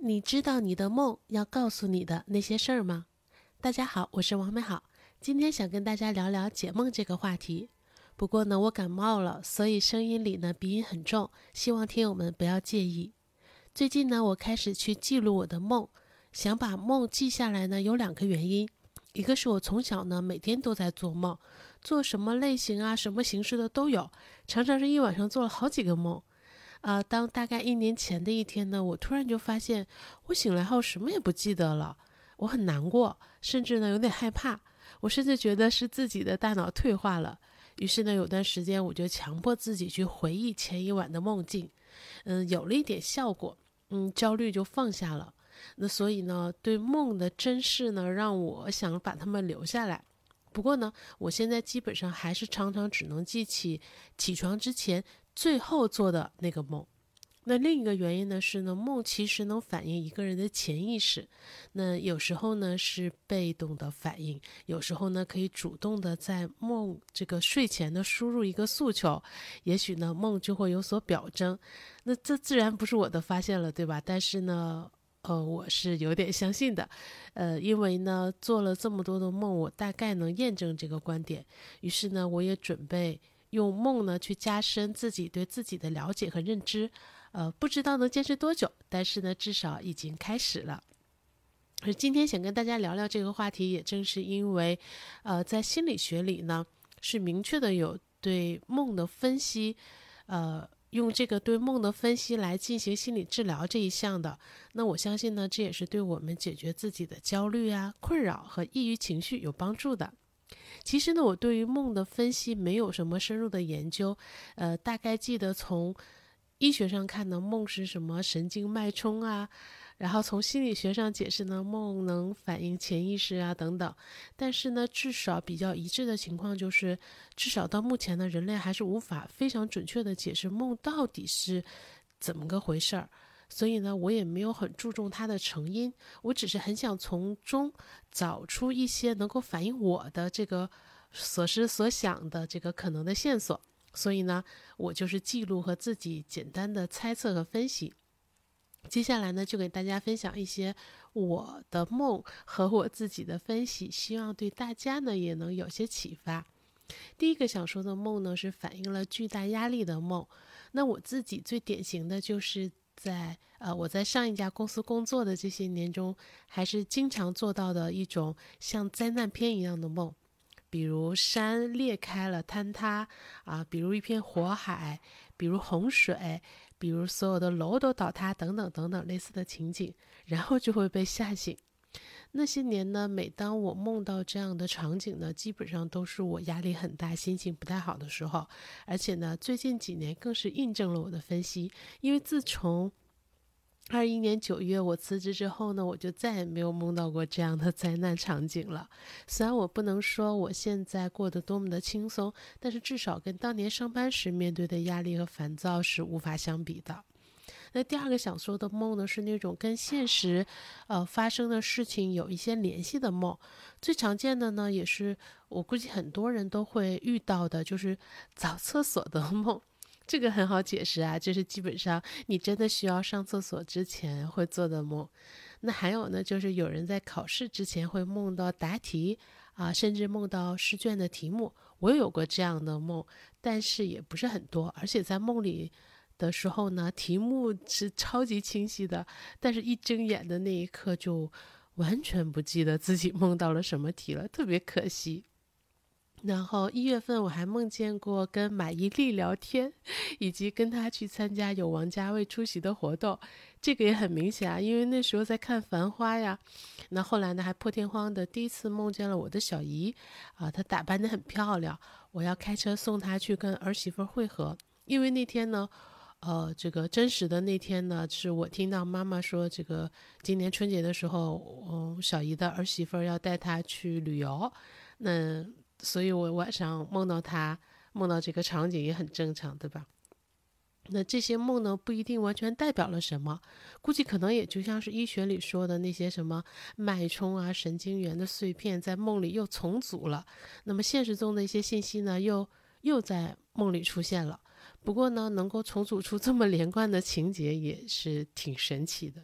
你知道你的梦要告诉你的那些事儿吗？大家好，我是王美好，今天想跟大家聊聊解梦这个话题。不过呢，我感冒了，所以声音里呢鼻音很重，希望听友们不要介意。最近呢，我开始去记录我的梦，想把梦记下来呢，有两个原因。一个是我从小呢每天都在做梦，做什么类型啊、什么形式的都有，常常是一晚上做了好几个梦。当大概1年前的一天呢，我突然就发现，我醒来后什么也不记得了，我很难过，甚至呢有点害怕，我甚至觉得是自己的大脑退化了。于是呢，有段时间我就强迫自己去回忆前一晚的梦境，有了一点效果，焦虑就放下了。那所以呢，对梦的珍视呢，让我想把它们留下来。不过呢，我现在基本上还是常常只能记起起床之前最后做的那个梦。那另一个原因呢是呢，梦其实能反映一个人的潜意识。那有时候呢是被动的反应，有时候呢可以主动的在梦这个睡前呢输入一个诉求，也许呢梦就会有所表征。那这自然不是我的发现了，对吧？但是呢，我是有点相信的，因为呢做了这么多的梦，我大概能验证这个观点。于是呢，我也准备用梦呢去加深自己对自己的了解和认知。不知道能坚持多久，但是呢，至少已经开始了。而今天想跟大家聊聊这个话题，也正是因为，在心理学里呢，是明确的有对梦的分析，用这个对梦的分析来进行心理治疗这一项的。那我相信呢，这也是对我们解决自己的焦虑啊、困扰和抑郁情绪有帮助的。其实呢，我对于梦的分析没有什么深入的研究，大概记得从医学上看呢，梦是什么神经脉冲啊，然后从心理学上解释呢，梦能反映潜意识啊等等。但是呢，至少比较一致的情况就是，至少到目前呢，人类还是无法非常准确的解释梦到底是怎么个回事儿。所以呢，我也没有很注重它的成因，我只是很想从中找出一些能够反映我的这个所思所想的这个可能的线索。所以呢，我就是记录和自己简单的猜测和分析。接下来呢，就给大家分享一些我的梦和我自己的分析，希望对大家呢也能有些启发。第一个想说的梦呢，是反映了巨大压力的梦。那我自己最典型的就是我在上一家公司工作的这些年中，还是经常做到的一种像灾难片一样的梦。比如山裂开了坍塌啊，比如一片火海，比如洪水，比如所有的楼都倒塌等等等等类似的情景，然后就会被吓醒。那些年呢，每当我梦到这样的场景呢，基本上都是我压力很大、心情不太好的时候。而且呢，最近几年更是印证了我的分析，因为自从21年9月我辞职之后呢，我就再也没有梦到过这样的灾难场景了。虽然我不能说我现在过得多么的轻松，但是至少跟当年上班时面对的压力和烦躁是无法相比的。那第二个想说的梦呢，是那种跟现实发生的事情有一些联系的梦。最常见的呢，也是我估计很多人都会遇到的，就是找厕所的梦。这个很好解释啊，就是基本上你真的需要上厕所之前会做的梦。那还有呢，就是有人在考试之前会梦到答题啊，甚至梦到试卷的题目。我也有过这样的梦，但是也不是很多，而且在梦里的时候呢，题目是超级清晰的，但是一睁眼的那一刻就完全不记得自己梦到了什么题了，特别可惜。然后1月份我还梦见过跟马伊琍聊天，以及跟她去参加有王家卫出席的活动。这个也很明显啊，因为那时候在看《繁花》呀。那后来呢，还破天荒的第一次梦见了我的小姨啊，她打扮得很漂亮，我要开车送她去跟儿媳妇会合。因为那天呢，这个真实的那天呢，是我听到妈妈说，这个今年春节的时候，小姨的儿媳妇要带她去旅游。那所以我晚上梦到他，梦到这个场景也很正常，对吧？那这些梦呢，不一定完全代表了什么，估计可能也就像是医学里说的那些什么脉冲啊、神经元的碎片在梦里又重组了。那么现实中的一些信息呢，又在梦里出现了。不过呢，能够重组出这么连贯的情节也是挺神奇的。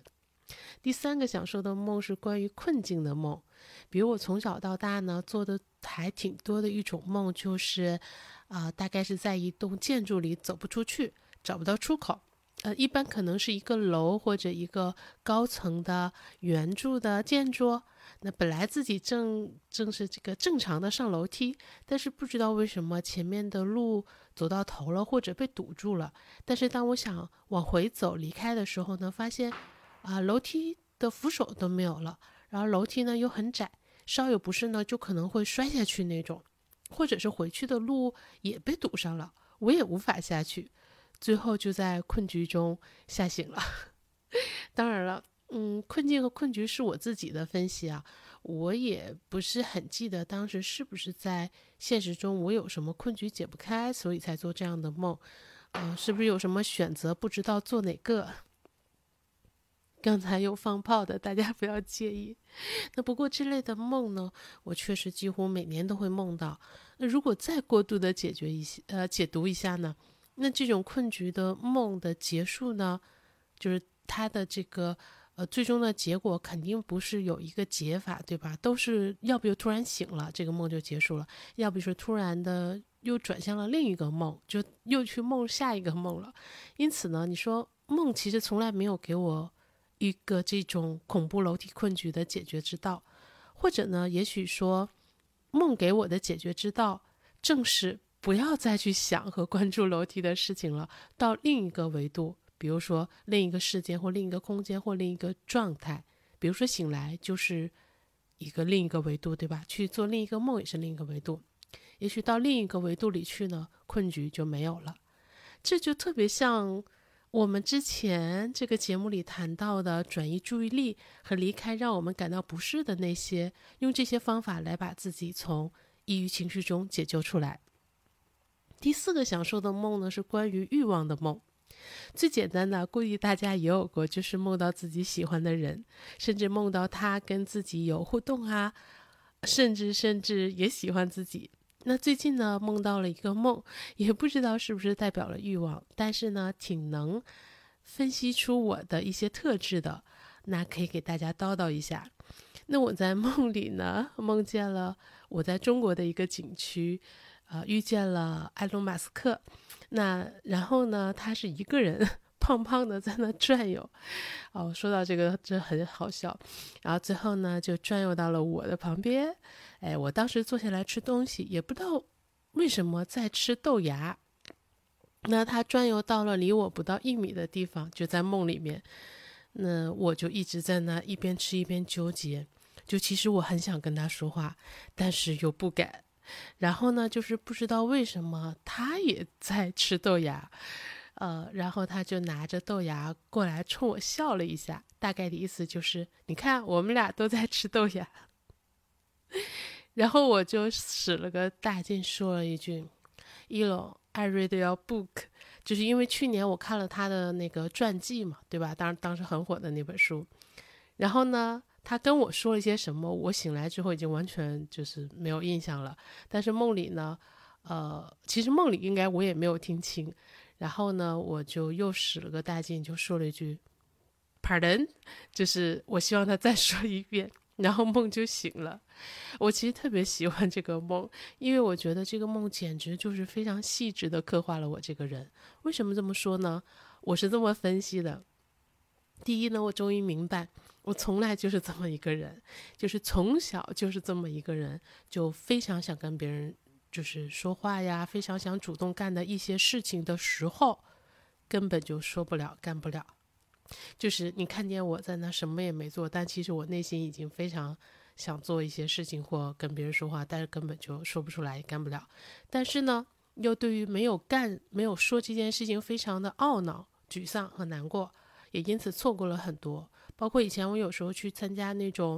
第三个想说的梦是关于困境的梦，比如我从小到大呢做的还挺多的一种梦，就是大概是在一栋建筑里走不出去，找不到出口。一般可能是一个楼或者一个高层的圆柱的建筑，那本来自己正是这个正常的上楼梯，但是不知道为什么前面的路走到头了，或者被堵住了。但是当我想往回走离开的时候呢，发现楼梯的扶手都没有了，然后楼梯呢又很窄，稍有不慎呢就可能会摔下去那种，或者是回去的路也被堵上了，我也无法下去，最后就在困局中吓醒了。当然了，困境和困局是我自己的分析啊，我也不是很记得当时是不是在现实中我有什么困局解不开，所以才做这样的梦。是不是有什么选择不知道做哪个？刚才有放炮的，大家不要介意。那不过这类的梦呢，我确实几乎每年都会梦到。那如果再过度的解读一下呢，那这种困局的梦的结束呢，就是它的这个最终的结果肯定不是有一个解法，对吧？都是要不就突然醒了，这个梦就结束了；要不是突然的又转向了另一个梦，就又去梦下一个梦了。因此呢，你说梦其实从来没有给我一个这种恐怖楼梯困局的解决之道，或者呢，也许说梦给我的解决之道正是不要再去想和关注楼梯的事情了，到另一个维度，比如说另一个事件或另一个空间或另一个状态，比如说醒来就是另一个维度，对吧？去做另一个梦也是另一个维度，也许到另一个维度里去呢，困局就没有了。这就特别像我们之前这个节目里谈到的转移注意力和离开让我们感到不适的那些，用这些方法来把自己从抑郁情绪中解救出来。第四个想说的梦呢，是关于欲望的梦。最简单的，估计大家也有过，就是梦到自己喜欢的人，甚至梦到他跟自己有互动啊，甚至也喜欢自己。那最近呢，梦到了一个梦，也不知道是不是代表了欲望，但是呢，挺能分析出我的一些特质的。那可以给大家叨叨一下。那我在梦里呢，梦见了我在中国的一个景区，遇见了埃隆·马斯克。那然后呢，他是一个人胖胖的在那转悠。说到这个，这很好笑。然后最后呢，就转悠到了我的旁边。我当时坐下来吃东西，也不知道为什么在吃豆芽。那他转悠到了离我不到1米的地方，就在梦里面。那我就一直在那一边吃一边纠结，就其实我很想跟他说话，但是又不敢。然后呢，就是不知道为什么他也在吃豆芽，然后他就拿着豆芽过来冲我笑了一下，大概的意思就是你看我们俩都在吃豆芽。然后我就使了个大劲说了一句 Elon I read your book， 就是因为去年我看了他的那个传记嘛，对吧？当时很火的那本书。然后呢，他跟我说了一些什么，我醒来之后已经完全就是没有印象了。但是梦里呢，其实梦里应该我也没有听清。然后呢，我就又使了个大劲，就说了一句 Pardon， 就是我希望他再说一遍。然后梦就醒了。我其实特别喜欢这个梦，因为我觉得这个梦简直就是非常细致的刻画了我这个人。为什么这么说呢？我是这么分析的。第一呢，我终于明白，我从来就是这么一个人，就是从小就是这么一个人，就非常想跟别人就是说话呀，非常想主动干的一些事情的时候，根本就说不了，干不了。就是你看见我在那什么也没做，但其实我内心已经非常想做一些事情或跟别人说话，但是根本就说不出来，也干不了。但是呢，又对于没有说这件事情非常的懊恼、沮丧和难过，也因此错过了很多。包括以前我有时候去参加那种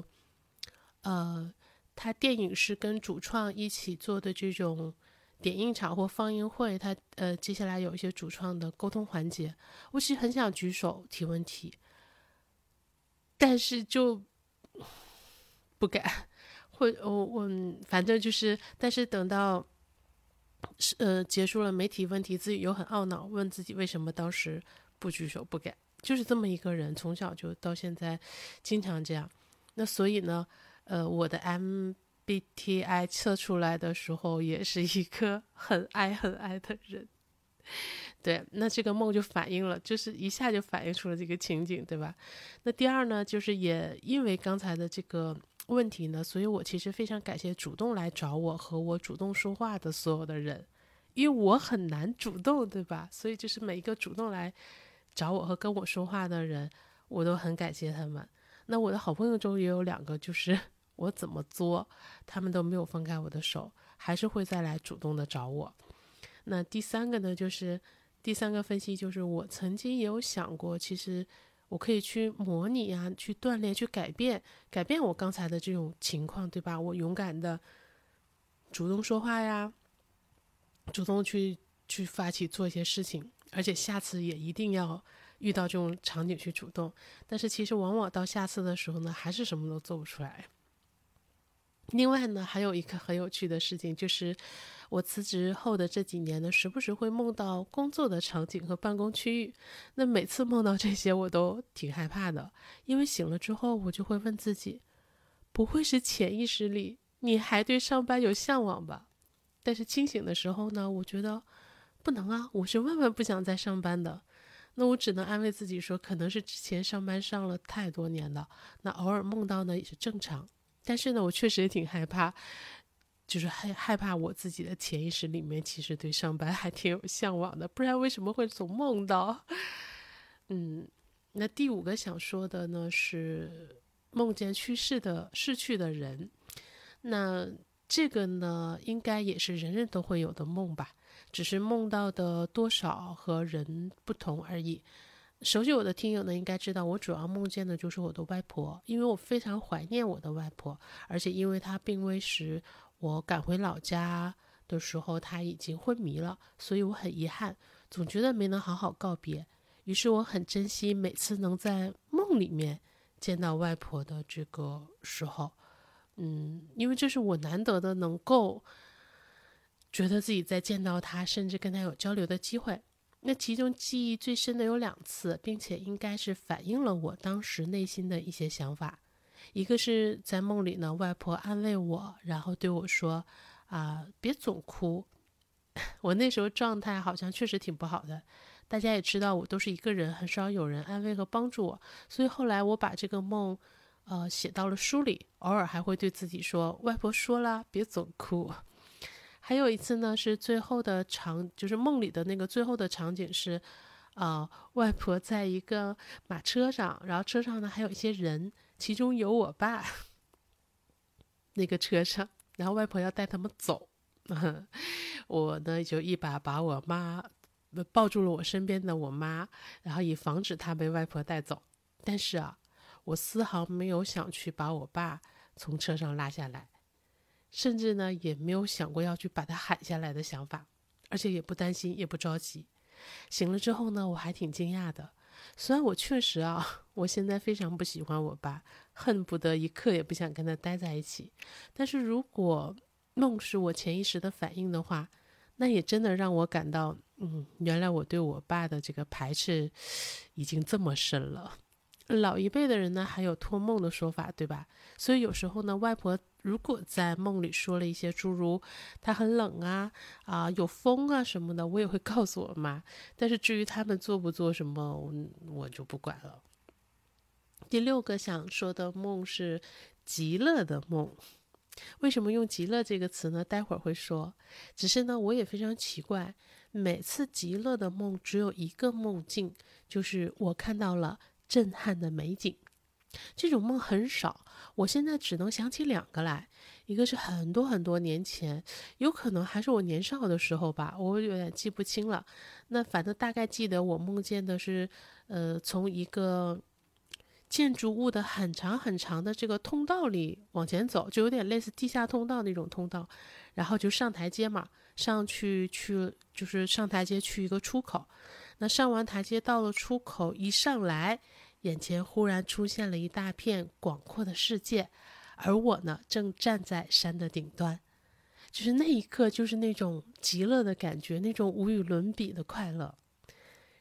他电影是跟主创一起做的这种点映场或放映会，他接下来有一些主创的沟通环节，我其实很想举手提问题，但是就不敢，我反正就是，但是等到结束了没提问题，自己又很懊恼，问自己为什么当时不举手不敢， 就是这么一个人，从小就到现在经常这样。那所以呢，我的 MBTI 测出来的时候也是一个很 I 很 I 的人。对，那这个梦就反映了，就是一下就反映出了这个情景，对吧？那第二呢，就是也因为刚才的这个问题呢，所以我其实非常感谢主动来找我和我主动说话的所有的人，因为我很难主动，对吧？所以就是每一个主动来找我和跟我说话的人，我都很感谢他们。那我的好朋友中也有2个，就是我怎么作，他们都没有放开我的手，还是会再来主动的找我。那第3个呢，就是第3个分析，就是我曾经也有想过，其实我可以去模拟啊，去锻炼，去改变我刚才的这种情况，对吧？我勇敢的主动说话呀，主动去发起做一些事情，而且下次也一定要遇到这种场景去主动。但是其实往往到下次的时候呢，还是什么都做不出来。另外呢，还有一个很有趣的事情，就是我辞职后的这几年呢，时不时会梦到工作的场景和办公区域。那每次梦到这些，我都挺害怕的，因为醒了之后，我就会问自己，不会是潜意识里你还对上班有向往吧？但是清醒的时候呢，我觉得不能啊，我是万万不想再上班的。那我只能安慰自己说，可能是之前上班上了太多年了，那偶尔梦到呢也是正常。但是呢，我确实也挺害怕，就是害怕我自己的潜意识里面其实对上班还挺有向往的，不然为什么会总梦到？那第5个想说的呢是梦见逝去的人。那这个呢，应该也是人人都会有的梦吧，只是梦到的多少和人不同而已。熟悉我的听友呢，应该知道我主要梦见的就是我的外婆，因为我非常怀念我的外婆，而且因为她病危时，我赶回老家的时候，她已经昏迷了，所以我很遗憾，总觉得没能好好告别。于是我很珍惜每次能在梦里面见到外婆的这个时候，因为这是我难得的能够觉得自己在见到她，甚至跟她有交流的机会。那其中记忆最深的有2次，并且应该是反映了我当时内心的一些想法。一个是在梦里呢，外婆安慰我，然后对我说别总哭。我那时候状态好像确实挺不好的，大家也知道我都是一个人，很少有人安慰和帮助我，所以后来我把这个梦写到了书里，偶尔还会对自己说，外婆说了别总哭。还有一次呢，是最后的就是梦里的那个最后的场景是，外婆在一个马车上，然后车上呢还有一些人，其中有我爸。那个车上，然后外婆要带他们走，我呢就一把把我妈抱住了我身边的我妈，然后以防止她被外婆带走。但是我丝毫没有想去把我爸从车上拉下来。甚至呢也没有想过要去把他喊下来的想法，而且也不担心也不着急。醒了之后呢，我还挺惊讶的，虽然我确实我现在非常不喜欢我爸，恨不得一刻也不想跟他待在一起，但是如果梦是我潜意识的反应的话，那也真的让我感到原来我对我爸的这个排斥已经这么深了。老一辈的人呢还有托梦的说法，对吧？所以有时候呢，外婆如果在梦里说了一些诸如她很冷有风什么的，我也会告诉我妈。但是至于他们做不做什么，我就不管了。第6个想说的梦是极乐的梦。为什么用极乐这个词呢？待会儿会说。只是呢，我也非常奇怪，每次极乐的梦只有一个梦境，就是我看到了震撼的美景。这种梦很少，我现在只能想起2个来。一个是很多很多年前，有可能还是我年少的时候吧，我有点记不清了。那反正大概记得我梦见的是从一个建筑物的很长很长的这个通道里往前走，就有点类似地下通道那种通道，然后就上台阶嘛，上去就是上台阶去一个出口。那上完台阶到了出口，一上来眼前忽然出现了一大片广阔的世界，而我呢正站在山的顶端。就是那一刻，就是那种极乐的感觉，那种无与伦比的快乐。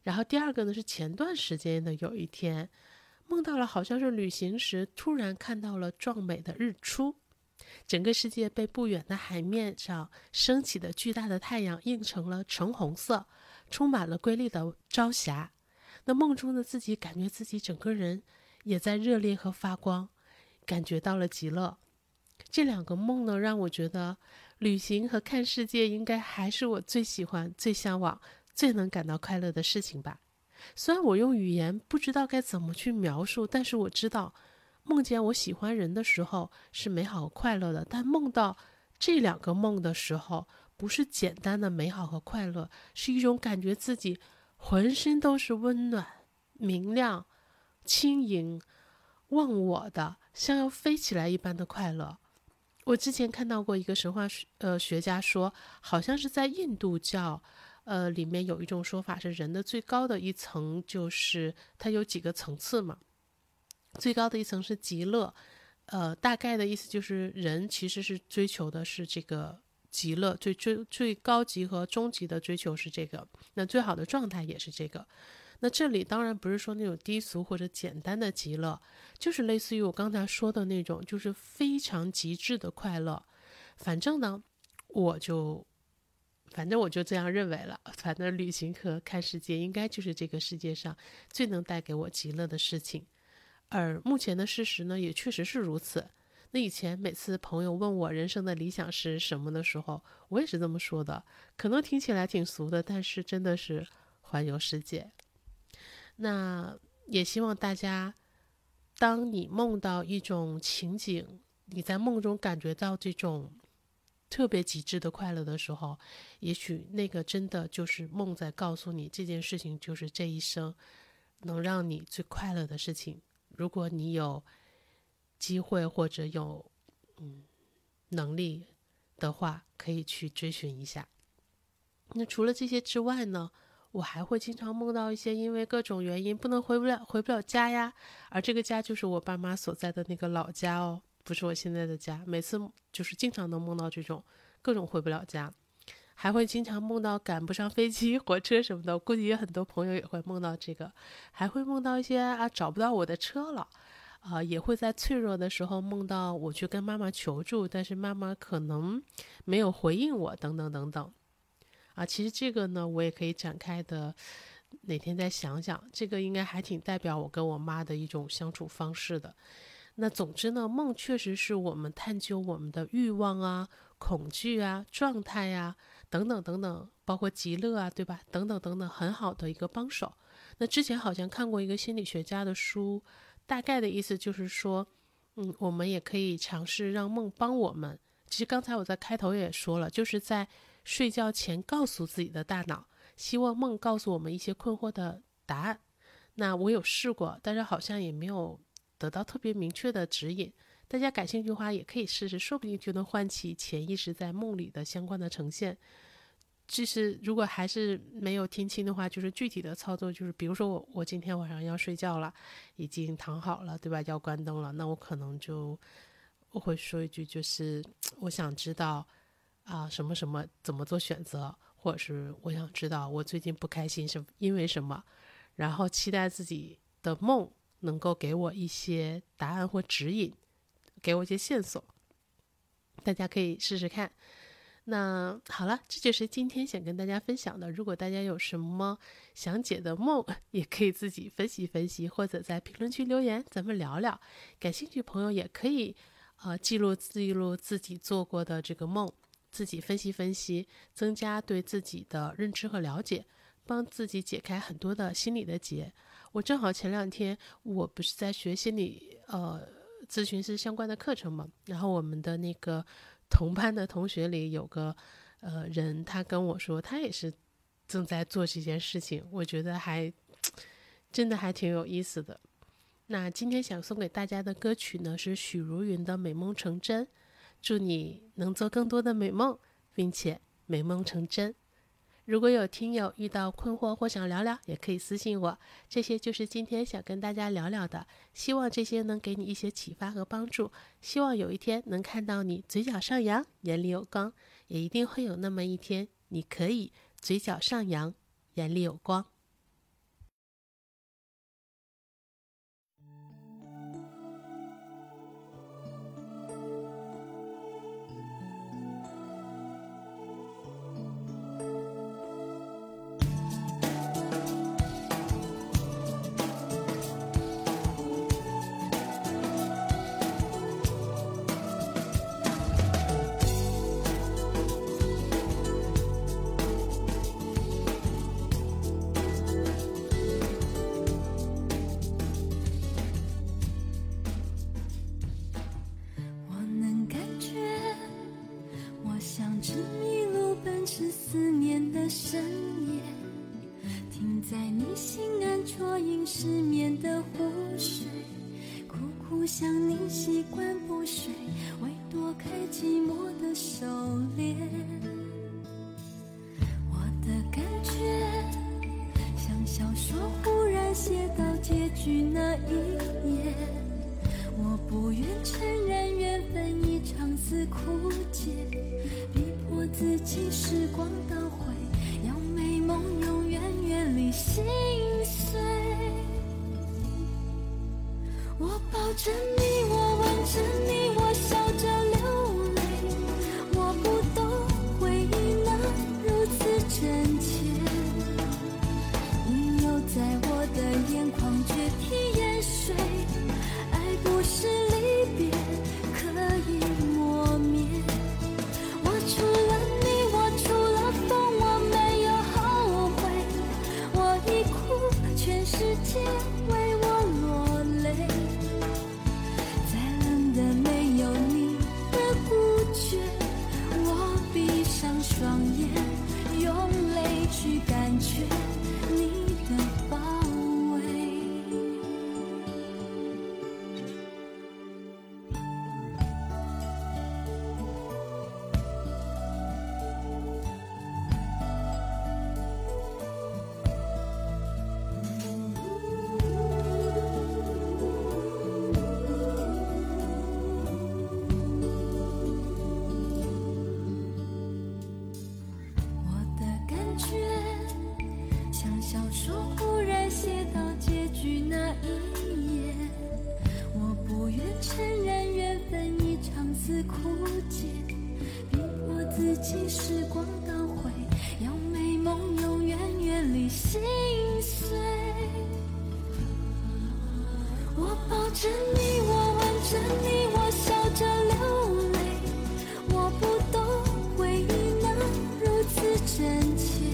然后第二个呢是前段时间的有一天，梦到了好像是旅行时突然看到了壮美的日出，整个世界被不远的海面上升起的巨大的太阳映成了橙红色，充满了瑰丽的朝霞。那梦中的自己感觉自己整个人也在热烈和发光，感觉到了极乐。这两个梦呢，让我觉得旅行和看世界应该还是我最喜欢、最向往、最能感到快乐的事情吧。虽然我用语言不知道该怎么去描述，但是我知道梦见我喜欢人的时候是美好和快乐的，但梦到这两个梦的时候，不是简单的美好和快乐，是一种感觉自己浑身都是温暖、明亮、轻盈、忘我的，像要飞起来一般的快乐。我之前看到过一个神话学家说，好像是在印度教里面有一种说法是人的最高的一层，就是它有几个层次嘛，最高的一层是极乐，大概的意思就是人其实是追求的是这个极乐，最高级和终极的追求是这个，那最好的状态也是这个。那这里当然不是说那种低俗或者简单的极乐，就是类似于我刚才说的那种，就是非常极致的快乐。反正呢，我就这样认为了。反正旅行和看世界应该就是这个世界上最能带给我极乐的事情。而目前的事实呢，也确实是如此。那以前每次朋友问我人生的理想是什么的时候，我也是这么说的。可能听起来挺俗的，但是真的是环游世界。那也希望大家，当你梦到一种情景，你在梦中感觉到这种特别极致的快乐的时候，也许那个真的就是梦在告诉你，这件事情就是这一生能让你最快乐的事情。如果你有机会或者有能力的话，可以去追寻一下。那除了这些之外呢，我还会经常梦到一些因为各种原因不能回不了家呀，而这个家就是我爸妈所在的那个老家哦，不是我现在的家。每次就是经常能梦到这种各种回不了家，还会经常梦到赶不上飞机、火车什么的。我估计有很多朋友也会梦到这个，还会梦到一些找不到我的车了。也会在脆弱的时候梦到我去跟妈妈求助，但是妈妈可能没有回应我，等等等等。其实这个呢，我也可以展开的，哪天再想想。这个应该还挺代表我跟我妈的一种相处方式的。那总之呢，梦确实是我们探究我们的欲望啊、恐惧啊、状态啊等等等等，包括极乐啊，对吧？等等等等，很好的一个帮手。那之前好像看过一个心理学家的书，大概的意思就是说，我们也可以尝试让梦帮我们。其实刚才我在开头也说了，就是在睡觉前告诉自己的大脑，希望梦告诉我们一些困惑的答案。那我有试过，但是好像也没有得到特别明确的指引。大家感兴趣的话也可以试试，说不定就能唤起潜意识在梦里的相关的呈现。就是如果还是没有听清的话，就是具体的操作，就是比如说我今天晚上要睡觉了，已经躺好了，对吧？要关灯了，那我可能我会说一句，就是我想知道什么什么怎么做选择，或者是我想知道我最近不开心是因为什么，然后期待自己的梦能够给我一些答案或指引，给我一些线索。大家可以试试看。那好了，这就是今天想跟大家分享的。如果大家有什么想解的梦，也可以自己分析分析，或者在评论区留言，咱们聊聊。感兴趣朋友也可以记录自己做过的这个梦，自己分析分析，增加对自己的认知和了解，帮自己解开很多的心理的结。我正好前2天我不是在学心理咨询师相关的课程嘛，然后我们的那个同班的同学里有个人，他跟我说他也是正在做这件事情，我觉得真的还挺有意思的。那今天想送给大家的歌曲呢是许茹芸的《美梦成真》，祝你能做更多的美梦，并且美梦成真。如果有听友遇到困惑或想聊聊，也可以私信我。这些就是今天想跟大家聊聊的，希望这些能给你一些启发和帮助。希望有一天能看到你嘴角上扬，眼里有光，也一定会有那么一天，你可以嘴角上扬，眼里有光。 不像你习惯不睡，会躲开寂寞的手链。我的感觉像小说忽然写到结局那一页，我不愿承认缘分一场似枯竭，逼迫自己时光倒回，要美梦永远远离心碎。我抱着你，我吻着你，我笑着流泪，我不懂回忆能如此真切，你又在我的眼眶决堤淹水，爱不是离别可以磨灭。我除了你，我除了风，我没有后悔，我已哭，全世界为我落泪，再冷的没有你的孤绝，我闭上双眼，用泪去感觉你的包围。我的感觉像小说忽然写到结局那一页，我不愿承认缘分一场似枯竭，逼迫自己时光倒回，要美梦永远远离心碎。我抱着你，我吻着你，我笑着流泪，我不懂回忆能如此真切，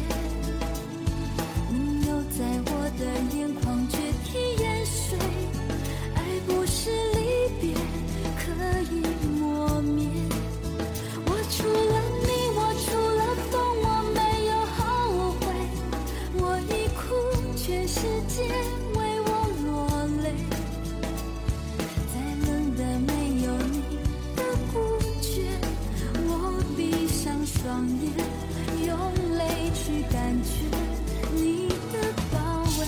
你又在我的眼眶决堤淹水，爱不是离别可以磨灭。我除了你，我除了风，我没有后悔，我已哭，全世界为我落泪，再冷的没有你的孤绝，我闭上双眼，用泪去感觉你的包围。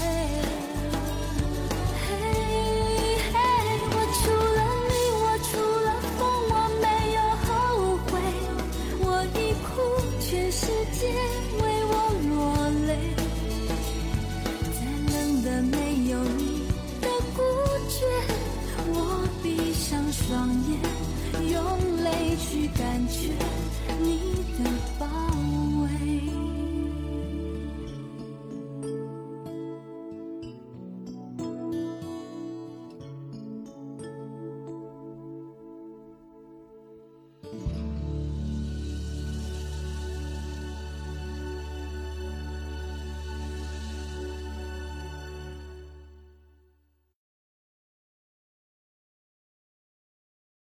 我除了你，我除了风，我没有后悔，我已哭，全世界为我落泪，再冷的没有你的孤绝，我闭上双眼，用泪去感觉你的包围。